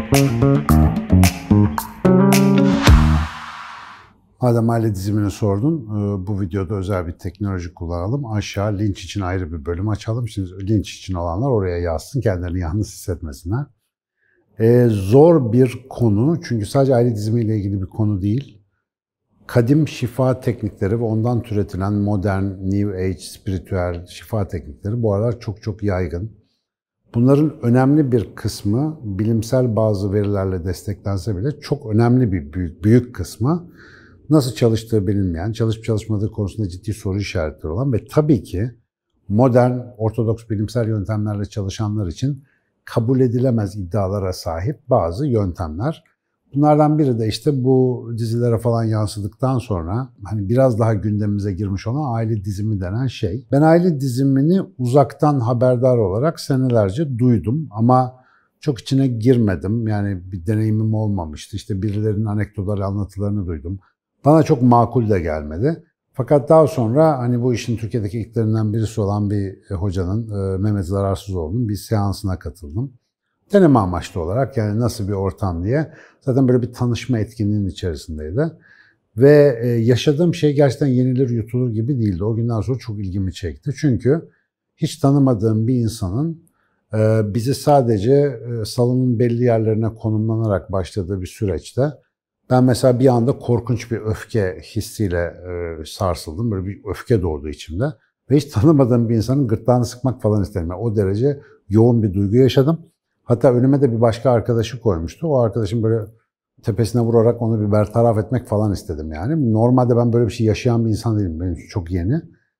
Madem aile dizimini sordun, bu videoda özel bir teknoloji kullanalım. Aşağı linç için ayrı bir bölüm açalım. Şimdi linç için olanlar oraya yazsın, kendilerini yalnız hissetmesinler. Zor bir konu, çünkü sadece aile dizimiyle ilgili bir konu değil. Kadim şifa teknikleri ve ondan türetilen modern, New Age, spiritüel şifa teknikleri bu aralar çok yaygın. Bunların önemli bir kısmı, bilimsel bazı verilerle desteklense bile çok önemli bir büyük kısmı nasıl çalıştığı bilinmeyen, çalışıp çalışmadığı konusunda ciddi soru işaretleri olan ve tabii ki modern, ortodoks bilimsel yöntemlerle çalışanlar için kabul edilemez iddialara sahip bazı yöntemler. Bunlardan biri de işte bu dizilere falan yansıdıktan sonra hani biraz daha gündemimize girmiş olan aile dizimi denen şey. Ben aile dizimini uzaktan haberdar olarak senelerce duydum ama çok içine girmedim. Yani bir deneyimim olmamıştı. İşte birilerinin anekdotları, anlatılarını duydum. Bana çok makul de gelmedi. Fakat daha sonra hani bu işin Türkiye'deki ilklerinden birisi olan bir hocanın, Mehmet Zararsızoğlu'nun bir seansına katıldım. Deneme amaçlı olarak, yani nasıl bir ortam diye. Zaten böyle bir tanışma etkinliğinin içerisindeydi. Ve yaşadığım şey gerçekten yenilir yutulur gibi değildi. O günden sonra çok ilgimi çekti. Çünkü hiç tanımadığım bir insanın bizi sadece salonun belli yerlerine konumlanarak başladığı bir süreçte ben mesela bir anda korkunç bir öfke hissiyle sarsıldım. Böyle bir öfke doğdu içimde. Ve hiç tanımadığım bir insanın gırtlağını sıkmak falan istedim. Yani o derece yoğun bir duygu yaşadım. Hatta önüme de bir başka arkadaşı koymuştu. O arkadaşım böyle tepesine vurarak onu bir bertaraf etmek falan istedim yani. Normalde ben böyle bir şey yaşayan bir insan değilim. Benim için çok yeni.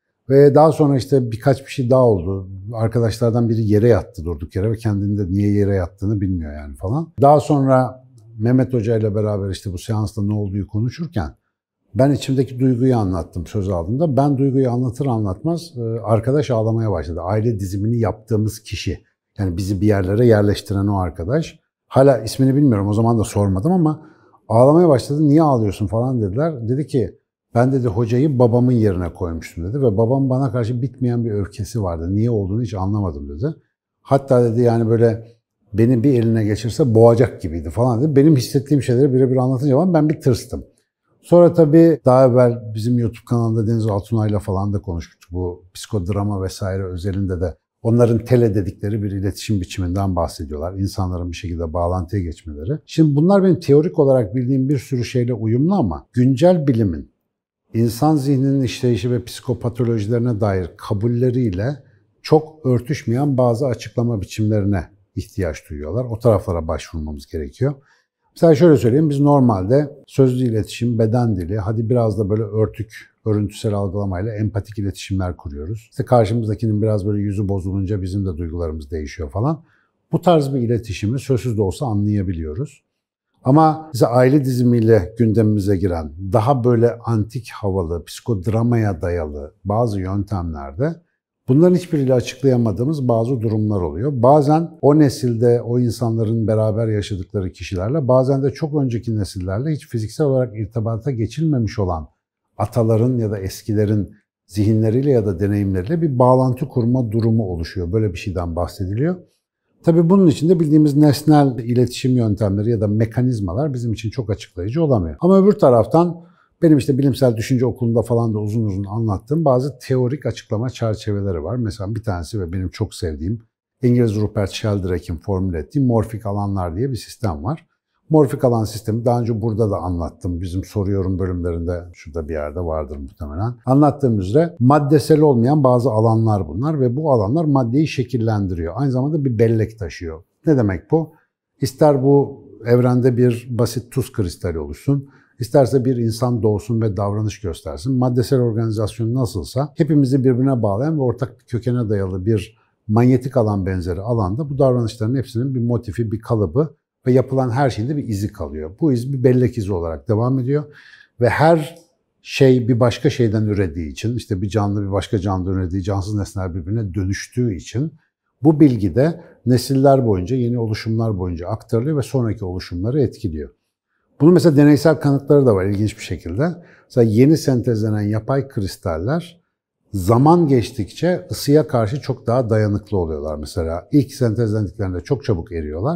Ve daha sonra işte birkaç bir şey daha oldu. Arkadaşlardan biri yere yattı durduk yere ve kendinde niye yere yattığını bilmiyor yani falan. Daha sonra Mehmet Hoca ile beraber işte bu seansta ne olduğu konuşurken ben içimdeki duyguyu anlattım söz aldığımda. Ben duyguyu anlatır anlatmaz arkadaş ağlamaya başladı. Aile dizimini yaptığımız kişi. Yani bizi bir yerlere yerleştiren o arkadaş. Hala ismini bilmiyorum, o zaman da sormadım ama ağlamaya başladı. Niye ağlıyorsun falan dediler. Dedi ki ben dedi hocayı babamın yerine koymuştum dedi ve babam bana karşı bitmeyen bir öfkesi vardı. Niye olduğunu hiç anlamadım dedi. Hatta dedi yani böyle beni bir eline geçirse boğacak gibiydi falan dedi. Benim hissettiğim şeyleri birebir anlatınca ben bir tırstım. Sonra tabii daha evvel bizim YouTube kanalında Deniz Altunay'la falan da konuşmuştuk. Bu psikodrama vesaire özelinde de onların tele dedikleri bir iletişim biçiminden bahsediyorlar. İnsanların bir şekilde bağlantıya geçmeleri. Şimdi bunlar benim teorik olarak bildiğim bir sürü şeyle uyumlu ama güncel bilimin insan zihninin işleyişi ve psikopatolojilerine dair kabulleriyle çok örtüşmeyen bazı açıklama biçimlerine ihtiyaç duyuyorlar. O taraflara başvurmamız gerekiyor. Mesela şöyle söyleyeyim, biz normalde sözlü iletişim, beden dili, hadi biraz da böyle örüntüsel algılamayla empatik iletişimler kuruyoruz. İşte karşımızdakinin biraz böyle yüzü bozulunca bizim de duygularımız değişiyor falan. Bu tarz bir iletişimi sözsüz de olsa anlayabiliyoruz. Ama mesela aile dizimiyle gündemimize giren, daha böyle antik havalı, psikodramaya dayalı bazı yöntemlerde bunların hiçbiriyle açıklayamadığımız bazı durumlar oluyor. Bazen o nesilde o insanların beraber yaşadıkları kişilerle, bazen de çok önceki nesillerle hiç fiziksel olarak irtibata geçilmemiş olan ataların ya da eskilerin zihinleriyle ya da deneyimleriyle bir bağlantı kurma durumu oluşuyor. Böyle bir şeyden bahsediliyor. Tabii bunun için de bildiğimiz nesnel iletişim yöntemleri ya da mekanizmalar bizim için çok açıklayıcı olamıyor. Ama öbür taraftan benim işte bilimsel düşünce okulunda falan da uzun uzun anlattığım bazı teorik açıklama çerçeveleri var. Mesela bir tanesi ve benim çok sevdiğim İngiliz Rupert Sheldrake'in formüle ettiği morfik alanlar diye bir sistem var. Morfik alan sistemi daha önce burada da anlattım. Bizim soru yorum bölümlerinde şurada bir yerde vardır muhtemelen. Anlattığım üzere maddesel olmayan bazı alanlar bunlar ve bu alanlar maddeyi şekillendiriyor. Aynı zamanda bir bellek taşıyor. Ne demek bu? İster bu evrende bir basit tuz kristali oluşsun, İsterse bir insan doğsun ve davranış göstersin. Maddesel organizasyon nasılsa hepimizi birbirine bağlayan ve ortak bir kökene dayalı bir manyetik alan benzeri alanda bu davranışların hepsinin bir motifi, bir kalıbı ve yapılan her şeyde bir izi kalıyor. Bu iz bir bellek izi olarak devam ediyor ve her şey bir başka şeyden ürediği için, işte bir canlı bir başka canlı ürediği cansız nesneler birbirine dönüştüğü için bu bilgi de nesiller boyunca, yeni oluşumlar boyunca aktarılıyor ve sonraki oluşumları etkiliyor. Bunun mesela deneysel kanıtları da var ilginç bir şekilde. Mesela yeni sentezlenen yapay kristaller zaman geçtikçe ısıya karşı çok daha dayanıklı oluyorlar mesela. İlk sentezlendiklerinde çok çabuk eriyorlar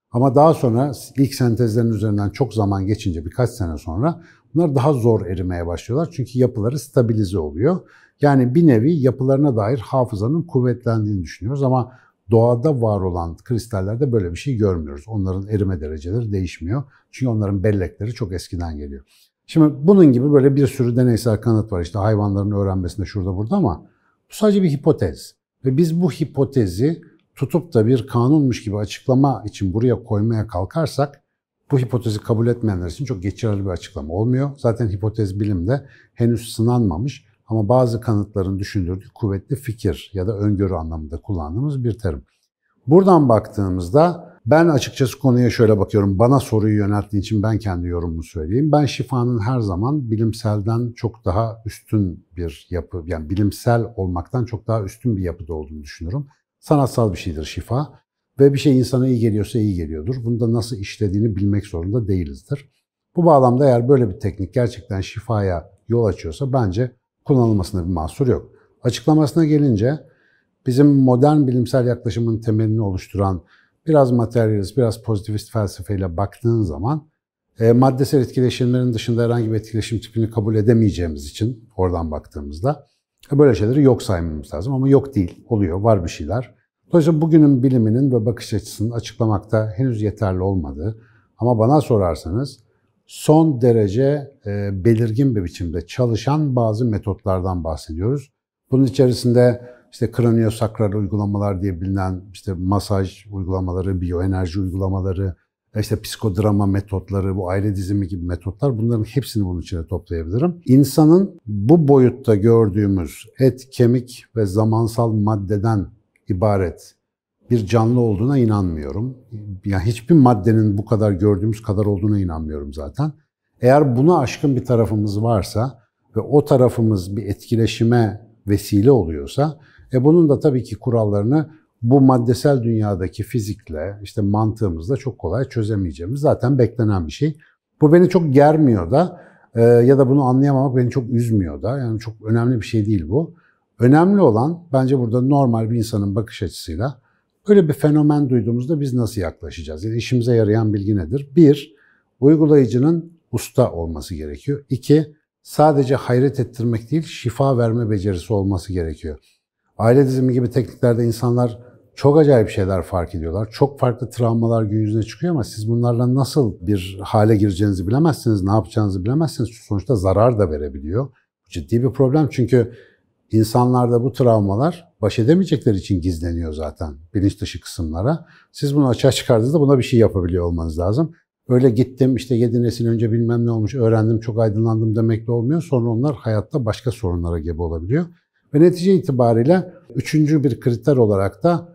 Ama daha sonra ilk sentezlerin üzerinden çok zaman geçince birkaç sene sonra bunlar daha zor erimeye başlıyorlar. Çünkü yapıları stabilize oluyor. Yani bir nevi yapılarına dair hafızanın kuvvetlendiğini düşünüyoruz ama doğada var olan kristallerde böyle bir şey görmüyoruz. Onların erime dereceleri değişmiyor. Çünkü onların bellekleri çok eskiden geliyor. Şimdi bunun gibi böyle bir sürü deneysel kanıt var. İşte hayvanların öğrenmesinde şurada burada ama bu sadece bir hipotez. Ve biz bu hipotezi tutup da bir kanunmuş gibi açıklama için buraya koymaya kalkarsak bu hipotezi kabul etmeyenler için çok geçerli bir açıklama olmuyor. Zaten hipotez bilimde henüz sınanmamış ama bazı kanıtların düşündürdüğü kuvvetli fikir ya da öngörü anlamında kullandığımız bir terim. Buradan baktığımızda ben açıkçası konuya şöyle bakıyorum. Bana soruyu yönelttiğin için ben kendi yorumumu söyleyeyim. Ben şifanın her zaman bilimselden çok daha üstün bir yapı, yani bilimsel olmaktan çok daha üstün bir yapıda olduğunu düşünüyorum. Sanatsal bir şeydir şifa ve bir şey insana iyi geliyorsa iyi geliyordur. Bunu da nasıl işlediğini bilmek zorunda değilizdir. Bu bağlamda eğer böyle bir teknik gerçekten şifaya yol açıyorsa bence kullanılmasında bir mahsur yok. Açıklamasına gelince bizim modern bilimsel yaklaşımın temelini oluşturan biraz materyalist, biraz pozitivist felsefeyle baktığın zaman maddesel etkileşimlerin dışında herhangi bir etkileşim tipini kabul edemeyeceğimiz için oradan baktığımızda böyle şeyleri yok saymamız lazım ama yok değil, oluyor, var bir şeyler. Dolayısıyla bugünün biliminin ve bakış açısının açıklamakta henüz yeterli olmadığı ama bana sorarsanız son derece belirgin bir biçimde çalışan bazı metotlardan bahsediyoruz. Bunun içerisinde işte kraniosakral uygulamalar diye bilinen işte masaj uygulamaları, biyoenerji uygulamaları, işte psikodrama metotları, bu aile dizimi gibi metotlar, bunların hepsini bunun içine toplayabilirim. İnsanın bu boyutta gördüğümüz et, kemik ve zamansal maddeden ibaret bir canlı olduğuna inanmıyorum. Yani hiçbir maddenin bu kadar gördüğümüz kadar olduğuna inanmıyorum zaten. Eğer buna aşkın bir tarafımız varsa ve o tarafımız bir etkileşime vesile oluyorsa, bunun da tabii ki kurallarını bu maddesel dünyadaki fizikle, işte mantığımızla çok kolay çözemeyeceğimiz zaten beklenen bir şey. Bu beni çok germiyor da ya da bunu anlayamamak beni çok üzmüyor da. Yani çok önemli bir şey değil bu. Önemli olan bence burada normal bir insanın bakış açısıyla böyle bir fenomen duyduğumuzda biz nasıl yaklaşacağız? Yani işimize yarayan bilgi nedir? Bir, uygulayıcının usta olması gerekiyor. İki, sadece hayret ettirmek değil, şifa verme becerisi olması gerekiyor. Aile dizimi gibi tekniklerde insanlar çok acayip şeyler fark ediyorlar. Çok farklı travmalar gün yüzüne çıkıyor ama siz bunlarla nasıl bir hale gireceğinizi bilemezsiniz, ne yapacağınızı bilemezsiniz. Sonuçta zarar da verebiliyor. Ciddi bir problem çünkü insanlarda bu travmalar baş edemeyecekleri için gizleniyor zaten bilinç dışı kısımlara. Siz bunu açığa çıkardığınızda buna bir şey yapabiliyor olmanız lazım. Öyle gittim işte 7 nesil önce bilmem ne olmuş, öğrendim, çok aydınlandım demekle olmuyor. Sonra onlar hayatta başka sorunlara gebe olabiliyor. Ve netice itibariyle üçüncü bir kriter olarak da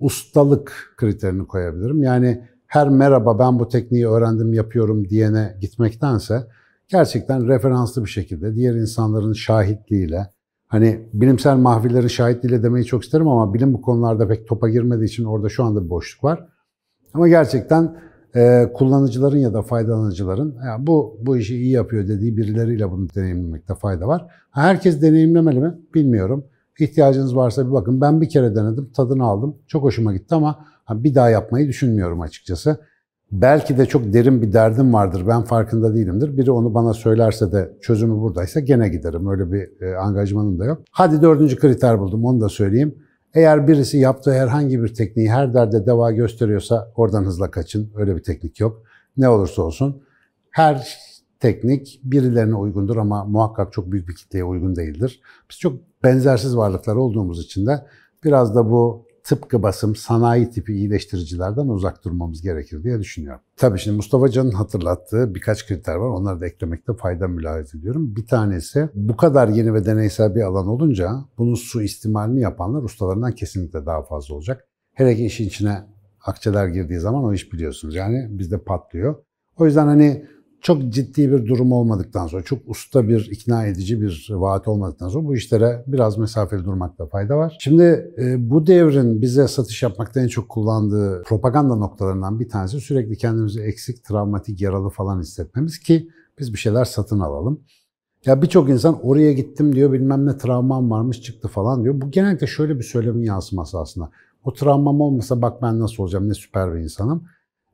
ustalık kriterini koyabilirim. Yani her merhaba ben bu tekniği öğrendim yapıyorum diyene gitmektense gerçekten referanslı bir şekilde diğer insanların şahitliğiyle, hani bilimsel mahvillerin şahitliğiyle demeyi çok isterim ama bilim bu konularda pek topa girmediği için orada şu anda bir boşluk var. Ama gerçekten kullanıcıların ya da faydalanıcıların ya bu işi iyi yapıyor dediği birileriyle bunu deneyimlemekte fayda var. Herkes deneyimlemeli mi? Bilmiyorum. İhtiyacınız varsa bir bakın. Ben bir kere denedim, tadını aldım. Çok hoşuma gitti ama bir daha yapmayı düşünmüyorum açıkçası. Belki de çok derin bir derdim vardır, ben farkında değilimdir. Biri onu bana söylerse de çözümü buradaysa gene giderim. Öyle bir angajmanım da yok. Hadi dördüncü kriter buldum, onu da söyleyeyim. Eğer birisi yaptığı herhangi bir tekniği her derde deva gösteriyorsa oradan hızla kaçın. Öyle bir teknik yok. Ne olursa olsun her teknik birilerine uygundur ama muhakkak çok büyük bir kitleye uygun değildir. Biz çok benzersiz varlıklar olduğumuz için de biraz da bu tıpkı basım, sanayi tipi iyileştiricilerden uzak durmamız gerekir diye düşünüyorum. Tabii şimdi Mustafa Can'ın hatırlattığı birkaç kriter var. Onları da eklemekte fayda mülahaza ediyorum. Bir tanesi, bu kadar yeni ve deneysel bir alan olunca bunun suistimalini yapanlar ustalarından kesinlikle daha fazla olacak. Hele ki işin içine akçeler girdiği zaman o iş biliyorsunuz. Yani bizde patlıyor. O yüzden hani çok ciddi bir durum olmadıktan sonra, çok usta bir, ikna edici bir vaat olmadıktan sonra bu işlere biraz mesafeli durmakta fayda var. Şimdi bu devrin bize satış yapmakta en çok kullandığı propaganda noktalarından bir tanesi sürekli kendimizi eksik, travmatik, yaralı falan hissetmemiz ki biz bir şeyler satın alalım. Ya birçok insan oraya gittim diyor, bilmem ne travmam varmış çıktı falan diyor. Bu genellikle şöyle bir söylemin yansıması aslında. O travmam olmasa bak ben nasıl olacağım, ne süper bir insanım.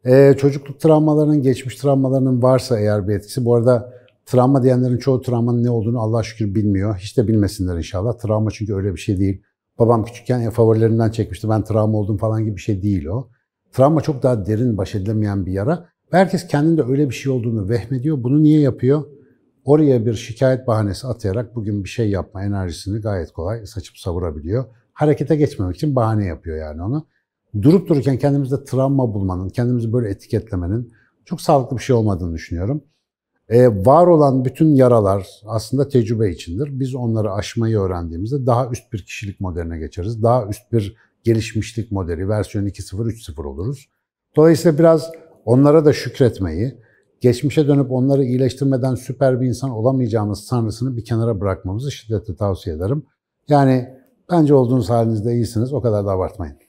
Çocukluk travmalarının, geçmiş travmalarının varsa eğer bir etkisi. Bu arada travma diyenlerin çoğu travmanın ne olduğunu Allah'a şükür bilmiyor. Hiç de bilmesinler inşallah. Travma çünkü öyle bir şey değil. Babam küçükken favorilerimden çekmişti, ben travma oldum falan gibi bir şey değil o. Travma çok daha derin, baş edilemeyen bir yara. Ve herkes kendinde öyle bir şey olduğunu vehmediyor. Bunu niye yapıyor? Oraya bir şikayet bahanesi atayarak bugün bir şey yapma enerjisini gayet kolay saçıp savurabiliyor. Harekete geçmemek için bahane yapıyor yani onu. Durup dururken kendimizde travma bulmanın, kendimizi böyle etiketlemenin çok sağlıklı bir şey olmadığını düşünüyorum. Var olan bütün yaralar aslında tecrübe içindir. Biz onları aşmayı öğrendiğimizde daha üst bir kişilik modeline geçeriz. Daha üst bir gelişmişlik modeli, versiyon 2.0, 3.0 oluruz. Dolayısıyla biraz onlara da şükretmeyi, geçmişe dönüp onları iyileştirmeden süper bir insan olamayacağımız sanrısını bir kenara bırakmamızı şiddetle tavsiye ederim. Yani bence olduğunuz halinizde iyisiniz, o kadar da abartmayın.